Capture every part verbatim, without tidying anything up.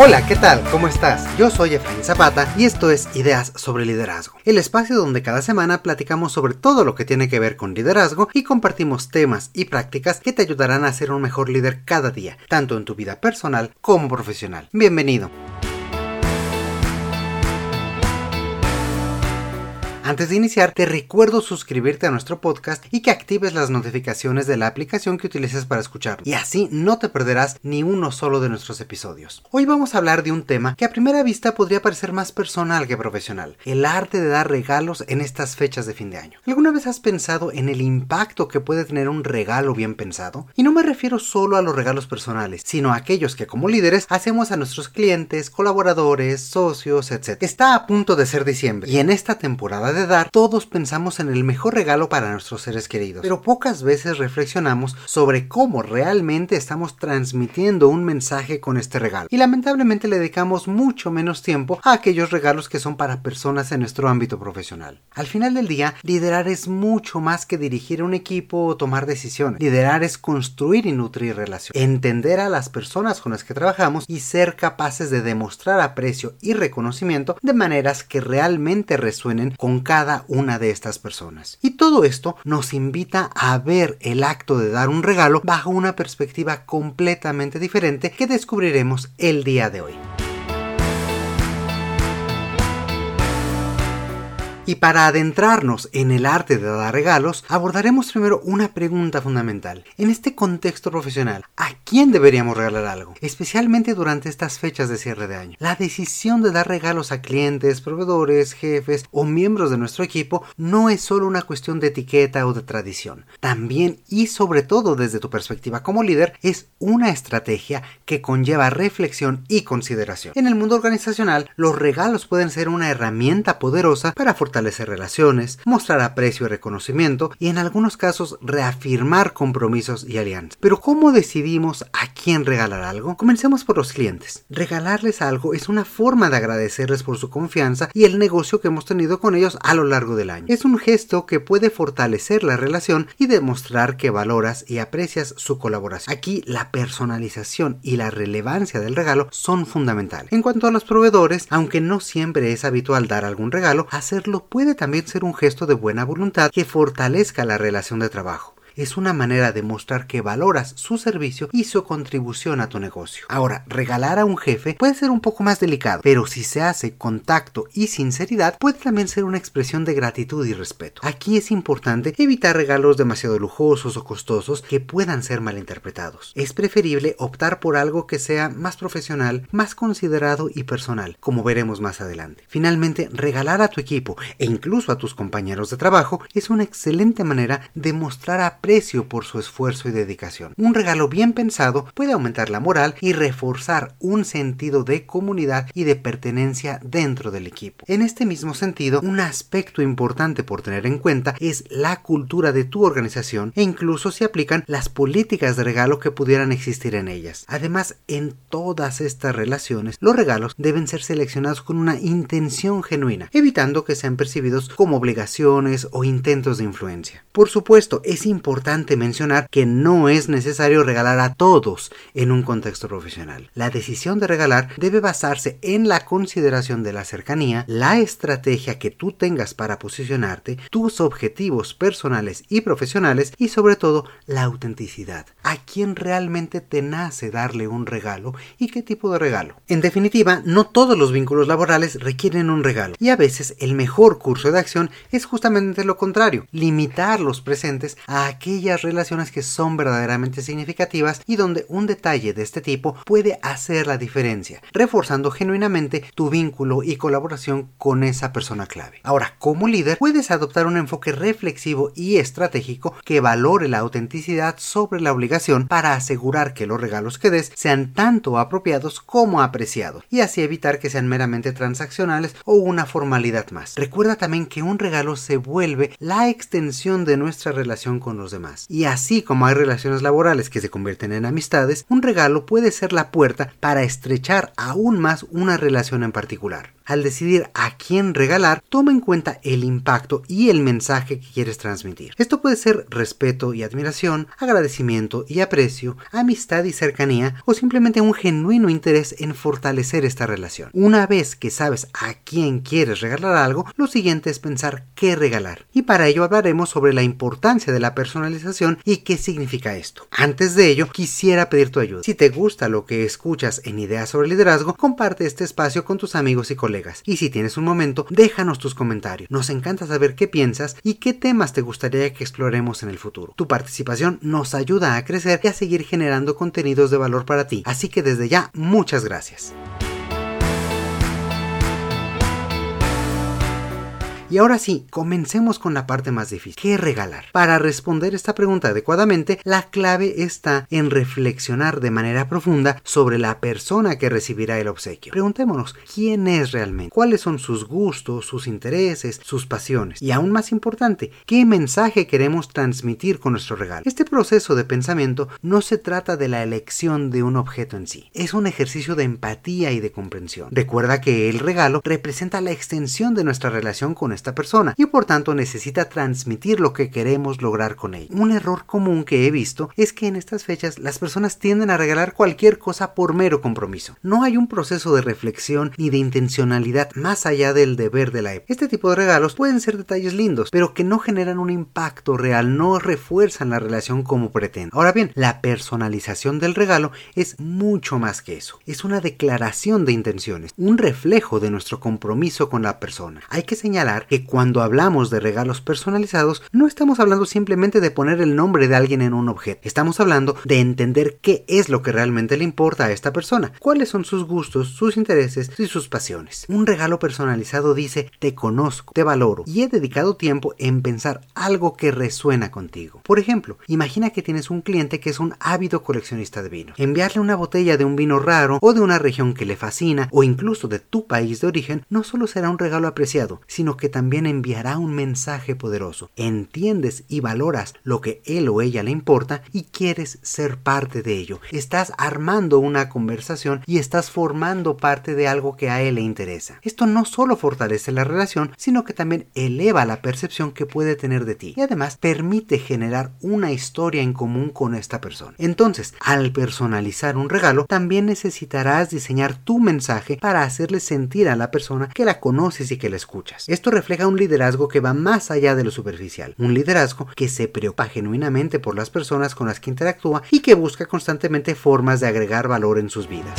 Hola, ¿qué tal? ¿Cómo estás? Yo soy Efraín Zapata y esto es Ideas sobre Liderazgo, el espacio donde cada semana platicamos sobre todo lo que tiene que ver con liderazgo y compartimos temas y prácticas que te ayudarán a ser un mejor líder cada día, tanto en tu vida personal como profesional. Bienvenido. Antes de iniciar, te recuerdo suscribirte a nuestro podcast y que actives las notificaciones de la aplicación que utilices para escucharlo, y así no te perderás ni uno solo de nuestros episodios. Hoy vamos a hablar de un tema que a primera vista podría parecer más personal que profesional: el arte de dar regalos en estas fechas de fin de año. ¿Alguna vez has pensado en el impacto que puede tener un regalo bien pensado? Y no me refiero solo a los regalos personales, sino a aquellos que como líderes hacemos a nuestros clientes, colaboradores, socios, etcétera. Está a punto de ser diciembre y en esta temporada de dar, todos pensamos en el mejor regalo para nuestros seres queridos, pero pocas veces reflexionamos sobre cómo realmente estamos transmitiendo un mensaje con este regalo, y lamentablemente le dedicamos mucho menos tiempo a aquellos regalos que son para personas en nuestro ámbito profesional. Al final del día, liderar es mucho más que dirigir un equipo o tomar decisiones. Liderar es construir y nutrir relaciones, entender a las personas con las que trabajamos y ser capaces de demostrar aprecio y reconocimiento de maneras que realmente resuenen con cada una de estas personas. Y todo esto nos invita a ver el acto de dar un regalo bajo una perspectiva completamente diferente que descubriremos el día de hoy. Y para adentrarnos en el arte de dar regalos, abordaremos primero una pregunta fundamental. En este contexto profesional, ¿a quién deberíamos regalar algo? Especialmente durante estas fechas de cierre de año. La decisión de dar regalos a clientes, proveedores, jefes o miembros de nuestro equipo no es solo una cuestión de etiqueta o de tradición. También y sobre todo desde tu perspectiva como líder, es una estrategia que conlleva reflexión y consideración. En el mundo organizacional, los regalos pueden ser una herramienta poderosa para fortalecer fortalecer relaciones, mostrar aprecio y reconocimiento y en algunos casos reafirmar compromisos y alianzas. Pero ¿cómo decidimos a quién regalar algo? Comencemos por los clientes. Regalarles algo es una forma de agradecerles por su confianza y el negocio que hemos tenido con ellos a lo largo del año. Es un gesto que puede fortalecer la relación y demostrar que valoras y aprecias su colaboración. Aquí la personalización y la relevancia del regalo son fundamentales. En cuanto a los proveedores, aunque no siempre es habitual dar algún regalo, hacerlo puede también ser un gesto de buena voluntad que fortalezca la relación de trabajo. Es una manera de mostrar que valoras su servicio y su contribución a tu negocio. Ahora, regalar a un jefe puede ser un poco más delicado, pero si se hace con tacto y sinceridad, puede también ser una expresión de gratitud y respeto. Aquí es importante evitar regalos demasiado lujosos o costosos que puedan ser malinterpretados. Es preferible optar por algo que sea más profesional, más considerado y personal, como veremos más adelante. Finalmente, regalar a tu equipo e incluso a tus compañeros de trabajo es una excelente manera de mostrar a aprecio por su esfuerzo y dedicación. Un regalo bien pensado puede aumentar la moral y reforzar un sentido de comunidad y de pertenencia dentro del equipo. En este mismo sentido, un aspecto importante por tener en cuenta es la cultura de tu organización e incluso si aplican las políticas de regalo que pudieran existir en ellas. Además, en todas estas relaciones, los regalos deben ser seleccionados con una intención genuina, evitando que sean percibidos como obligaciones o intentos de influencia. Por supuesto, es importante importante mencionar que no es necesario regalar a todos en un contexto profesional. La decisión de regalar debe basarse en la consideración de la cercanía, la estrategia que tú tengas para posicionarte, tus objetivos personales y profesionales y sobre todo la autenticidad. ¿A quién realmente te nace darle un regalo y qué tipo de regalo? En definitiva, no todos los vínculos laborales requieren un regalo y a veces el mejor curso de acción es justamente lo contrario: limitar los presentes a aquellas relaciones que son verdaderamente significativas y donde un detalle de este tipo puede hacer la diferencia, reforzando genuinamente tu vínculo y colaboración con esa persona clave. Ahora, como líder, puedes adoptar un enfoque reflexivo y estratégico que valore la autenticidad sobre la obligación para asegurar que los regalos que des sean tanto apropiados como apreciados y así evitar que sean meramente transaccionales o una formalidad más. Recuerda también que un regalo se vuelve la extensión de nuestra relación con los demás. Y así como hay relaciones laborales que se convierten en amistades, un regalo puede ser la puerta para estrechar aún más una relación en particular. Al decidir a quién regalar, toma en cuenta el impacto y el mensaje que quieres transmitir. Esto puede ser respeto y admiración, agradecimiento y aprecio, amistad y cercanía, o simplemente un genuino interés en fortalecer esta relación. Una vez que sabes a quién quieres regalar algo, lo siguiente es pensar qué regalar. Y para ello hablaremos sobre la importancia de la personalización y qué significa esto. Antes de ello, quisiera pedir tu ayuda. Si te gusta lo que escuchas en Ideas sobre Liderazgo, comparte este espacio con tus amigos y colegas. Y si tienes un momento, déjanos tus comentarios. Nos encanta saber qué piensas y qué temas te gustaría que exploremos en el futuro. Tu participación nos ayuda a crecer y a seguir generando contenidos de valor para ti. Así que desde ya, muchas gracias. Y ahora sí, comencemos con la parte más difícil. ¿Qué regalar? Para responder esta pregunta adecuadamente, la clave está en reflexionar de manera profunda sobre la persona que recibirá el obsequio. Preguntémonos, ¿quién es realmente? ¿Cuáles son sus gustos, sus intereses, sus pasiones? Y aún más importante, ¿qué mensaje queremos transmitir con nuestro regalo? Este proceso de pensamiento no se trata de la elección de un objeto en sí. Es un ejercicio de empatía y de comprensión. Recuerda que el regalo representa la extensión de nuestra relación con esta persona y por tanto necesita transmitir lo que queremos lograr con ella. Un error común que he visto es que en estas fechas las personas tienden a regalar cualquier cosa por mero compromiso. No hay un proceso de reflexión ni de intencionalidad más allá del deber de la época. Este tipo de regalos pueden ser detalles lindos, pero que no generan un impacto real, no refuerzan la relación como pretenden. Ahora bien, la personalización del regalo es mucho más que eso. Es una declaración de intenciones, un reflejo de nuestro compromiso con la persona. Hay que señalar que cuando hablamos de regalos personalizados, no estamos hablando simplemente de poner el nombre de alguien en un objeto. Estamos hablando de entender qué es lo que realmente le importa a esta persona, cuáles son sus gustos, sus intereses y sus pasiones. Un regalo personalizado dice: te conozco, te valoro y he dedicado tiempo en pensar algo que resuena contigo. Por ejemplo, imagina que tienes un cliente que es un ávido coleccionista de vino. Enviarle una botella de un vino raro o de una región que le fascina o incluso de tu país de origen no solo será un regalo apreciado, sino que también también enviará un mensaje poderoso. Entiendes y valoras lo que él o ella le importa y quieres ser parte de ello. Estás armando una conversación y estás formando parte de algo que a él le interesa. Esto no solo fortalece la relación, sino que también eleva la percepción que puede tener de ti y además permite generar una historia en común con esta persona. Entonces, al personalizar un regalo, también necesitarás diseñar tu mensaje para hacerle sentir a la persona que la conoces y que la escuchas. Esto refleja un liderazgo que va más allá de lo superficial, un liderazgo que se preocupa genuinamente por las personas con las que interactúa y que busca constantemente formas de agregar valor en sus vidas.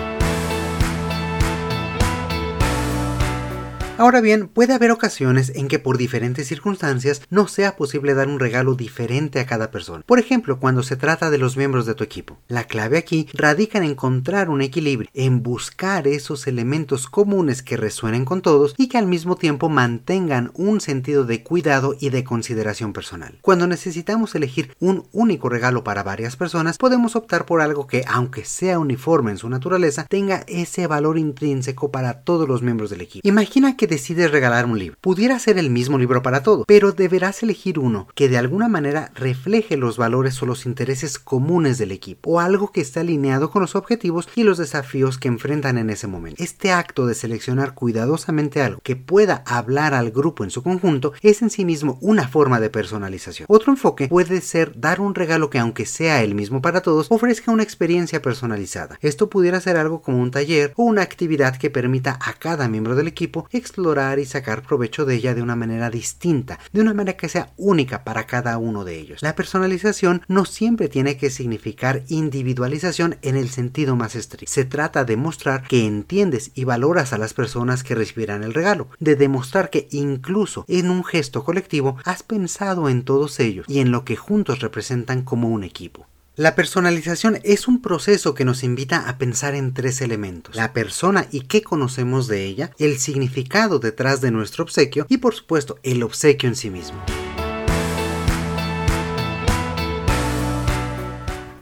Ahora bien, puede haber ocasiones en que por diferentes circunstancias no sea posible dar un regalo diferente a cada persona. Por ejemplo, cuando se trata de los miembros de tu equipo. La clave aquí radica en encontrar un equilibrio, en buscar esos elementos comunes que resuenen con todos y que al mismo tiempo mantengan un sentido de cuidado y de consideración personal. Cuando necesitamos elegir un único regalo para varias personas, podemos optar por algo que, aunque sea uniforme en su naturaleza, tenga ese valor intrínseco para todos los miembros del equipo. Imagina que decides regalar un libro. Pudiera ser el mismo libro para todos, pero deberás elegir uno que de alguna manera refleje los valores o los intereses comunes del equipo, o algo que esté alineado con los objetivos y los desafíos que enfrentan en ese momento. Este acto de seleccionar cuidadosamente algo que pueda hablar al grupo en su conjunto es en sí mismo una forma de personalización. Otro enfoque puede ser dar un regalo que, aunque sea el mismo para todos, ofrezca una experiencia personalizada. Esto pudiera ser algo como un taller o una actividad que permita a cada miembro del equipo explorar y sacar provecho de ella de una manera distinta, de una manera que sea única para cada uno de ellos. La personalización no siempre tiene que significar individualización en el sentido más estricto. Se trata de mostrar que entiendes y valoras a las personas que recibirán el regalo, de demostrar que incluso en un gesto colectivo has pensado en todos ellos y en lo que juntos representan como un equipo. La personalización es un proceso que nos invita a pensar en tres elementos: la persona y qué conocemos de ella, el significado detrás de nuestro obsequio y por supuesto el obsequio en sí mismo.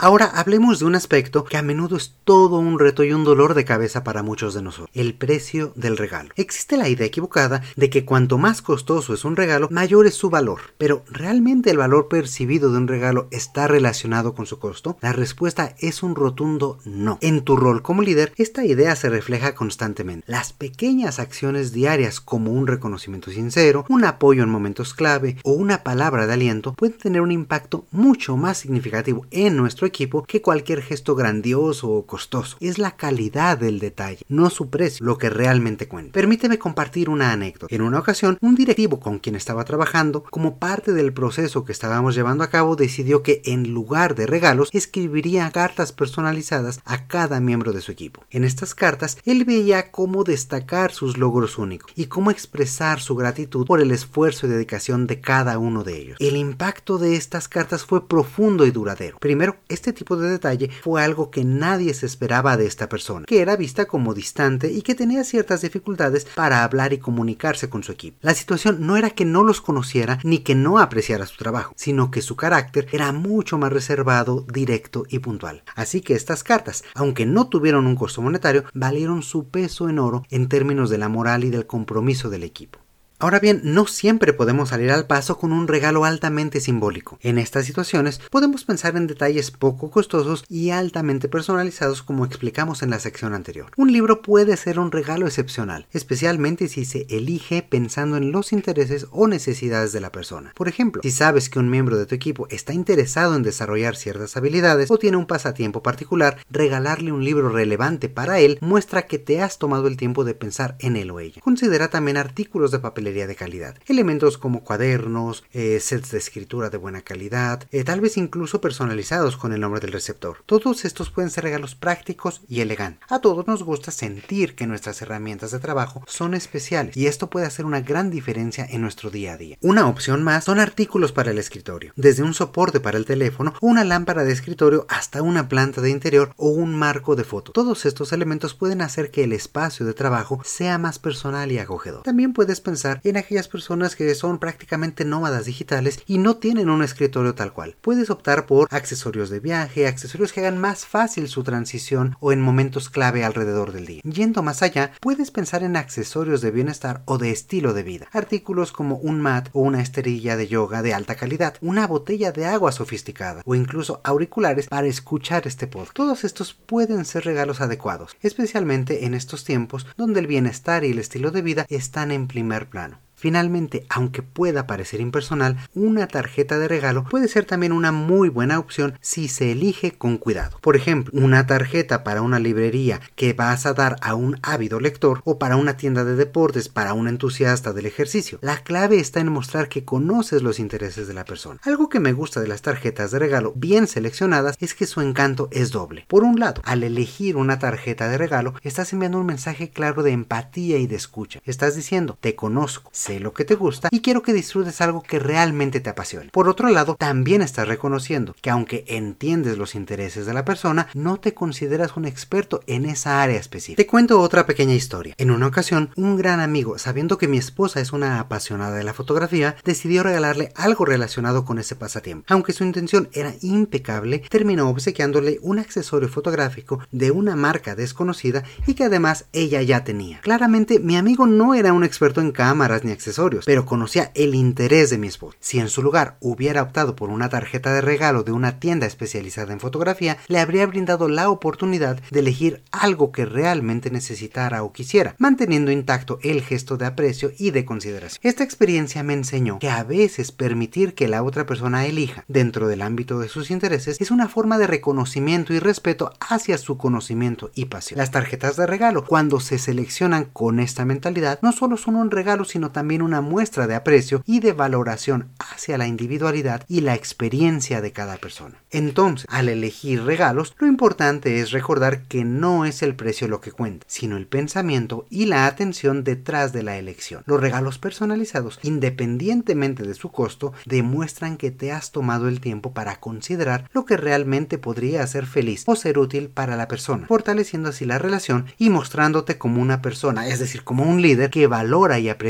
Ahora hablemos de un aspecto que a menudo es todo un reto y un dolor de cabeza para muchos de nosotros: el precio del regalo. Existe la idea equivocada de que cuanto más costoso es un regalo, mayor es su valor. Pero ¿realmente el valor percibido de un regalo está relacionado con su costo? La respuesta es un rotundo no. En tu rol como líder, esta idea se refleja constantemente. Las pequeñas acciones diarias, como un reconocimiento sincero, un apoyo en momentos clave o una palabra de aliento, pueden tener un impacto mucho más significativo en nuestro equipo que cualquier gesto grandioso o costoso. Es la calidad del detalle, no su precio, lo que realmente cuenta. Permíteme compartir una anécdota. En una ocasión, un directivo con quien estaba trabajando, como parte del proceso que estábamos llevando a cabo, decidió que en lugar de regalos, escribiría cartas personalizadas a cada miembro de su equipo. En estas cartas, él veía cómo destacar sus logros únicos y cómo expresar su gratitud por el esfuerzo y dedicación de cada uno de ellos. El impacto de estas cartas fue profundo y duradero. Primero, este tipo de detalle fue algo que nadie se esperaba de esta persona, que era vista como distante y que tenía ciertas dificultades para hablar y comunicarse con su equipo. La situación no era que no los conociera ni que no apreciara su trabajo, sino que su carácter era mucho más reservado, directo y puntual. Así que estas cartas, aunque no tuvieron un costo monetario, valieron su peso en oro en términos de la moral y del compromiso del equipo. Ahora bien, no siempre podemos salir al paso con un regalo altamente simbólico. En estas situaciones podemos pensar en detalles poco costosos y altamente personalizados, como explicamos en la sección anterior. Un libro puede ser un regalo excepcional, especialmente si se elige pensando en los intereses o necesidades de la persona. Por ejemplo, si sabes que un miembro de tu equipo está interesado en desarrollar ciertas habilidades o tiene un pasatiempo particular, regalarle un libro relevante para él muestra que te has tomado el tiempo de pensar en él o ella. Considera también artículos de papelería de calidad, elementos como cuadernos, eh, sets de escritura de buena calidad, eh, tal vez incluso personalizados con el nombre del receptor. Todos estos pueden ser regalos prácticos y elegantes. A todos nos gusta sentir que nuestras herramientas de trabajo son especiales, y esto puede hacer una gran diferencia en nuestro día a día. Una opción más son artículos para el escritorio, desde un soporte para el teléfono, una lámpara de escritorio hasta una planta de interior o un marco de foto. Todos estos elementos pueden hacer que el espacio de trabajo sea más personal y acogedor. También puedes pensar en aquellas personas que son prácticamente nómadas digitales y no tienen un escritorio tal cual. Puedes optar por accesorios de viaje, accesorios que hagan más fácil su transición o en momentos clave alrededor del día. Yendo más allá, puedes pensar en accesorios de bienestar o de estilo de vida. Artículos como un mat o una esterilla de yoga de alta calidad, una botella de agua sofisticada o incluso auriculares para escuchar este podcast. Todos estos pueden ser regalos adecuados, especialmente en estos tiempos donde el bienestar y el estilo de vida están en primer plano. Finalmente, aunque pueda parecer impersonal, una tarjeta de regalo puede ser también una muy buena opción si se elige con cuidado. Por ejemplo, una tarjeta para una librería que vas a dar a un ávido lector, o para una tienda de deportes para un entusiasta del ejercicio. La clave está en mostrar que conoces los intereses de la persona. Algo que me gusta de las tarjetas de regalo bien seleccionadas es que su encanto es doble. Por un lado, al elegir una tarjeta de regalo, estás enviando un mensaje claro de empatía y de escucha. Estás diciendo: te conozco, sé lo que te gusta y quiero que disfrutes algo que realmente te apasione. Por otro lado, también estás reconociendo que aunque entiendes los intereses de la persona, no te consideras un experto en esa área específica. Te cuento otra pequeña historia. En una ocasión, un gran amigo, sabiendo que mi esposa es una apasionada de la fotografía, decidió regalarle algo relacionado con ese pasatiempo. Aunque su intención era impecable, terminó obsequiándole un accesorio fotográfico de una marca desconocida y que además ella ya tenía. Claramente, mi amigo no era un experto en cámaras ni accesorios, pero conocía el interés de mi esposa. Si en su lugar hubiera optado por una tarjeta de regalo de una tienda especializada en fotografía, le habría brindado la oportunidad de elegir algo que realmente necesitara o quisiera, manteniendo intacto el gesto de aprecio y de consideración. Esta experiencia me enseñó que a veces permitir que la otra persona elija dentro del ámbito de sus intereses es una forma de reconocimiento y respeto hacia su conocimiento y pasión. Las tarjetas de regalo, cuando se seleccionan con esta mentalidad, no solo son un regalo, sino también una muestra de aprecio y de valoración hacia la individualidad y la experiencia de cada persona. Entonces, al elegir regalos, lo importante es recordar que no es el precio lo que cuenta, sino el pensamiento y la atención detrás de la elección. Los regalos personalizados, independientemente de su costo, demuestran que te has tomado el tiempo para considerar lo que realmente podría hacer feliz o ser útil para la persona, fortaleciendo así la relación y mostrándote como una persona, es decir, como un líder que valora y aprecia a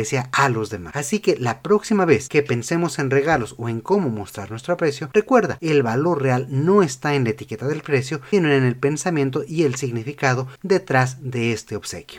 a los demás. Así que la próxima vez que pensemos en regalos o en cómo mostrar nuestro aprecio, recuerda, el valor real no está en la etiqueta del precio, sino en el pensamiento y el significado detrás de este obsequio.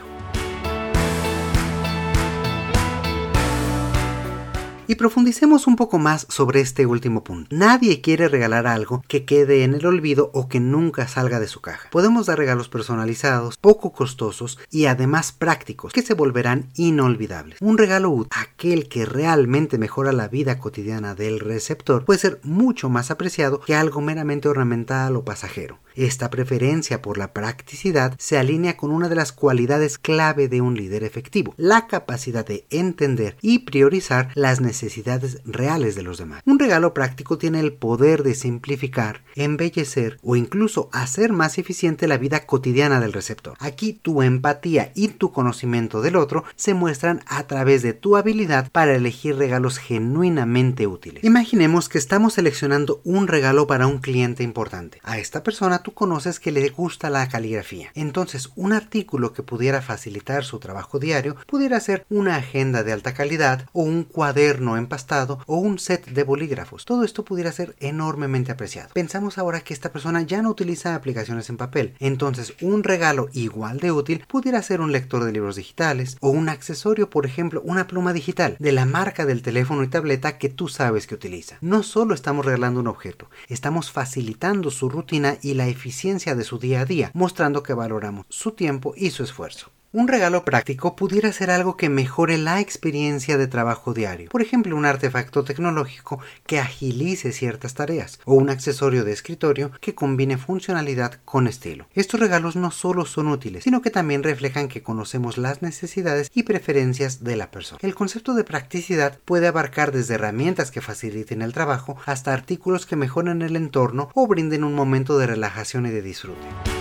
Y profundicemos un poco más sobre este último punto. Nadie quiere regalar algo que quede en el olvido o que nunca salga de su caja. Podemos dar regalos personalizados, poco costosos y además prácticos, que se volverán inolvidables. Un regalo útil, aquel que realmente mejora la vida cotidiana del receptor, puede ser mucho más apreciado que algo meramente ornamental o pasajero. Esta preferencia por la practicidad se alinea con una de las cualidades clave de un líder efectivo: la capacidad de entender y priorizar las necesidades reales de los demás. Un regalo práctico tiene el poder de simplificar, embellecer o incluso hacer más eficiente la vida cotidiana del receptor. Aquí tu empatía y tu conocimiento del otro se muestran a través de tu habilidad para elegir regalos genuinamente útiles. Imaginemos que estamos seleccionando un regalo para un cliente importante. A esta persona tú conoces que le gusta la caligrafía. Entonces, un artículo que pudiera facilitar su trabajo diario pudiera ser una agenda de alta calidad o un cuaderno empastado o un set de bolígrafos. Todo esto pudiera ser enormemente apreciado. Pensamos ahora que esta persona ya no utiliza aplicaciones en papel. Entonces, un regalo igual de útil pudiera ser un lector de libros digitales o un accesorio, por ejemplo, una pluma digital de la marca del teléfono y tableta que tú sabes que utiliza. No solo estamos regalando un objeto, estamos facilitando su rutina y la eficiencia de su día a día, mostrando que valoramos su tiempo y su esfuerzo. Un regalo práctico pudiera ser algo que mejore la experiencia de trabajo diario. Por ejemplo, un artefacto tecnológico que agilice ciertas tareas o un accesorio de escritorio que combine funcionalidad con estilo. Estos regalos no solo son útiles, sino que también reflejan que conocemos las necesidades y preferencias de la persona. El concepto de practicidad puede abarcar desde herramientas que faciliten el trabajo hasta artículos que mejoren el entorno o brinden un momento de relajación y de disfrute.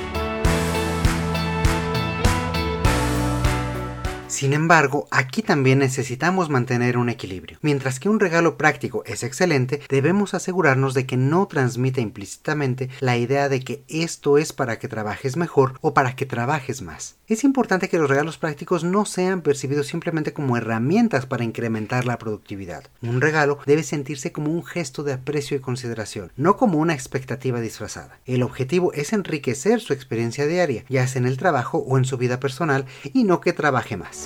Sin embargo, aquí también necesitamos mantener un equilibrio. Mientras que un regalo práctico es excelente, debemos asegurarnos de que no transmita implícitamente la idea de que esto es para que trabajes mejor o para que trabajes más. Es importante que los regalos prácticos no sean percibidos simplemente como herramientas para incrementar la productividad. Un regalo debe sentirse como un gesto de aprecio y consideración, no como una expectativa disfrazada. El objetivo es enriquecer su experiencia diaria, ya sea en el trabajo o en su vida personal, y no que trabaje más.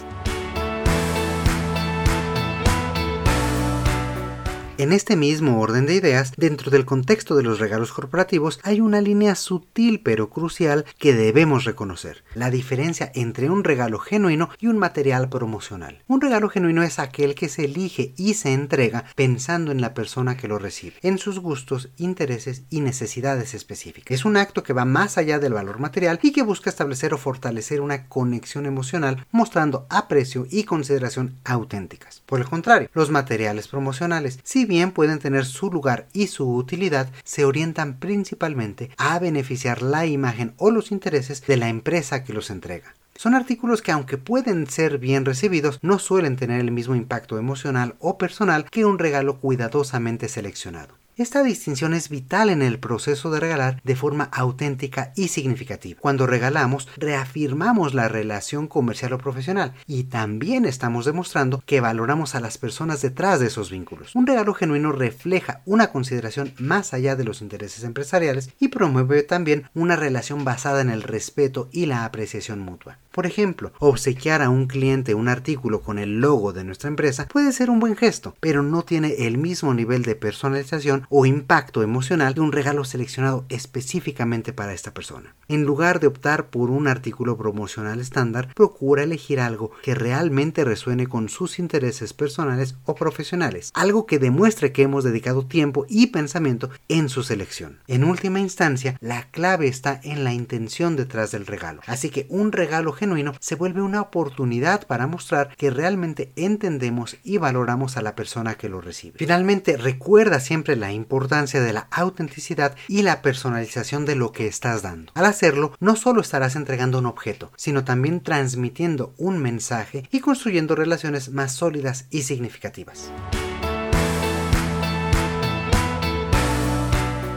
En este mismo orden de ideas, dentro del contexto de los regalos corporativos, hay una línea sutil pero crucial que debemos reconocer: la diferencia entre un regalo genuino y un material promocional. Un regalo genuino es aquel que se elige y se entrega pensando en la persona que lo recibe, en sus gustos, intereses y necesidades específicas. Es un acto que va más allá del valor material y que busca establecer o fortalecer una conexión emocional, mostrando aprecio y consideración auténticas. Por el contrario, los materiales promocionales, si bien pueden tener su lugar y su utilidad, se orientan principalmente a beneficiar la imagen o los intereses de la empresa que los entrega. Son artículos que, aunque pueden ser bien recibidos, no suelen tener el mismo impacto emocional o personal que un regalo cuidadosamente seleccionado. Esta distinción es vital en el proceso de regalar de forma auténtica y significativa. Cuando regalamos, reafirmamos la relación comercial o profesional y también estamos demostrando que valoramos a las personas detrás de esos vínculos. Un regalo genuino refleja una consideración más allá de los intereses empresariales y promueve también una relación basada en el respeto y la apreciación mutua. Por ejemplo, obsequiar a un cliente un artículo con el logo de nuestra empresa puede ser un buen gesto, pero no tiene el mismo nivel de personalización o impacto emocional de un regalo seleccionado específicamente para esta persona. En lugar de optar por un artículo promocional estándar, procura elegir algo que realmente resuene con sus intereses personales o profesionales, algo que demuestre que hemos dedicado tiempo y pensamiento en su selección. En última instancia, la clave está en la intención detrás del regalo, así que un regalo genuino se vuelve una oportunidad para mostrar que realmente entendemos y valoramos a la persona que lo recibe. Finalmente, recuerda siempre la importancia de la autenticidad y la personalización de lo que estás dando. Al hacerlo, no solo estarás entregando un objeto, sino también transmitiendo un mensaje y construyendo relaciones más sólidas y significativas.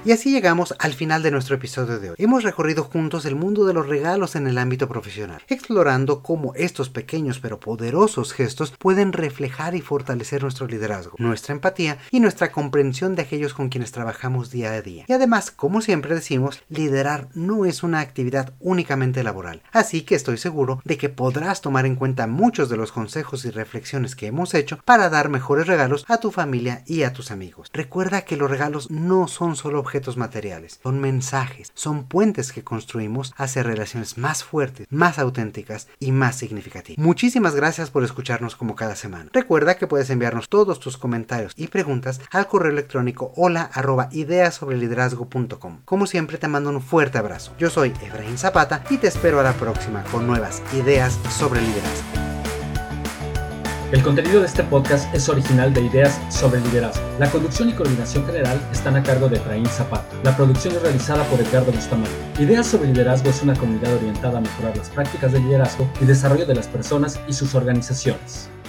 Y así llegamos al final de nuestro episodio de hoy. Hemos recorrido juntos el mundo de los regalos en el ámbito profesional, explorando cómo estos pequeños pero poderosos gestos pueden reflejar y fortalecer nuestro liderazgo, nuestra empatía y nuestra comprensión de aquellos con quienes trabajamos día a día. Y además, como siempre decimos, liderar no es una actividad únicamente laboral, así que estoy seguro de que podrás tomar en cuenta muchos de los consejos y reflexiones que hemos hecho para dar mejores regalos a tu familia y a tus amigos. Recuerda que los regalos no son solo objetos materiales, son mensajes, son puentes que construimos hacia relaciones más fuertes, más auténticas y más significativas. Muchísimas gracias por escucharnos como cada semana. Recuerda que puedes enviarnos todos tus comentarios y preguntas al correo electrónico hola arroba ideas sobre liderazgo punto com. Como siempre te mando un fuerte abrazo. Yo soy Efraín Zapata y te espero a la próxima con nuevas ideas sobre liderazgo. El contenido de este podcast es original de Ideas sobre Liderazgo. La conducción y coordinación general están a cargo de Efraín Zapata. La producción es realizada por Edgardo Bustamante. Ideas sobre Liderazgo es una comunidad orientada a mejorar las prácticas de liderazgo y desarrollo de las personas y sus organizaciones.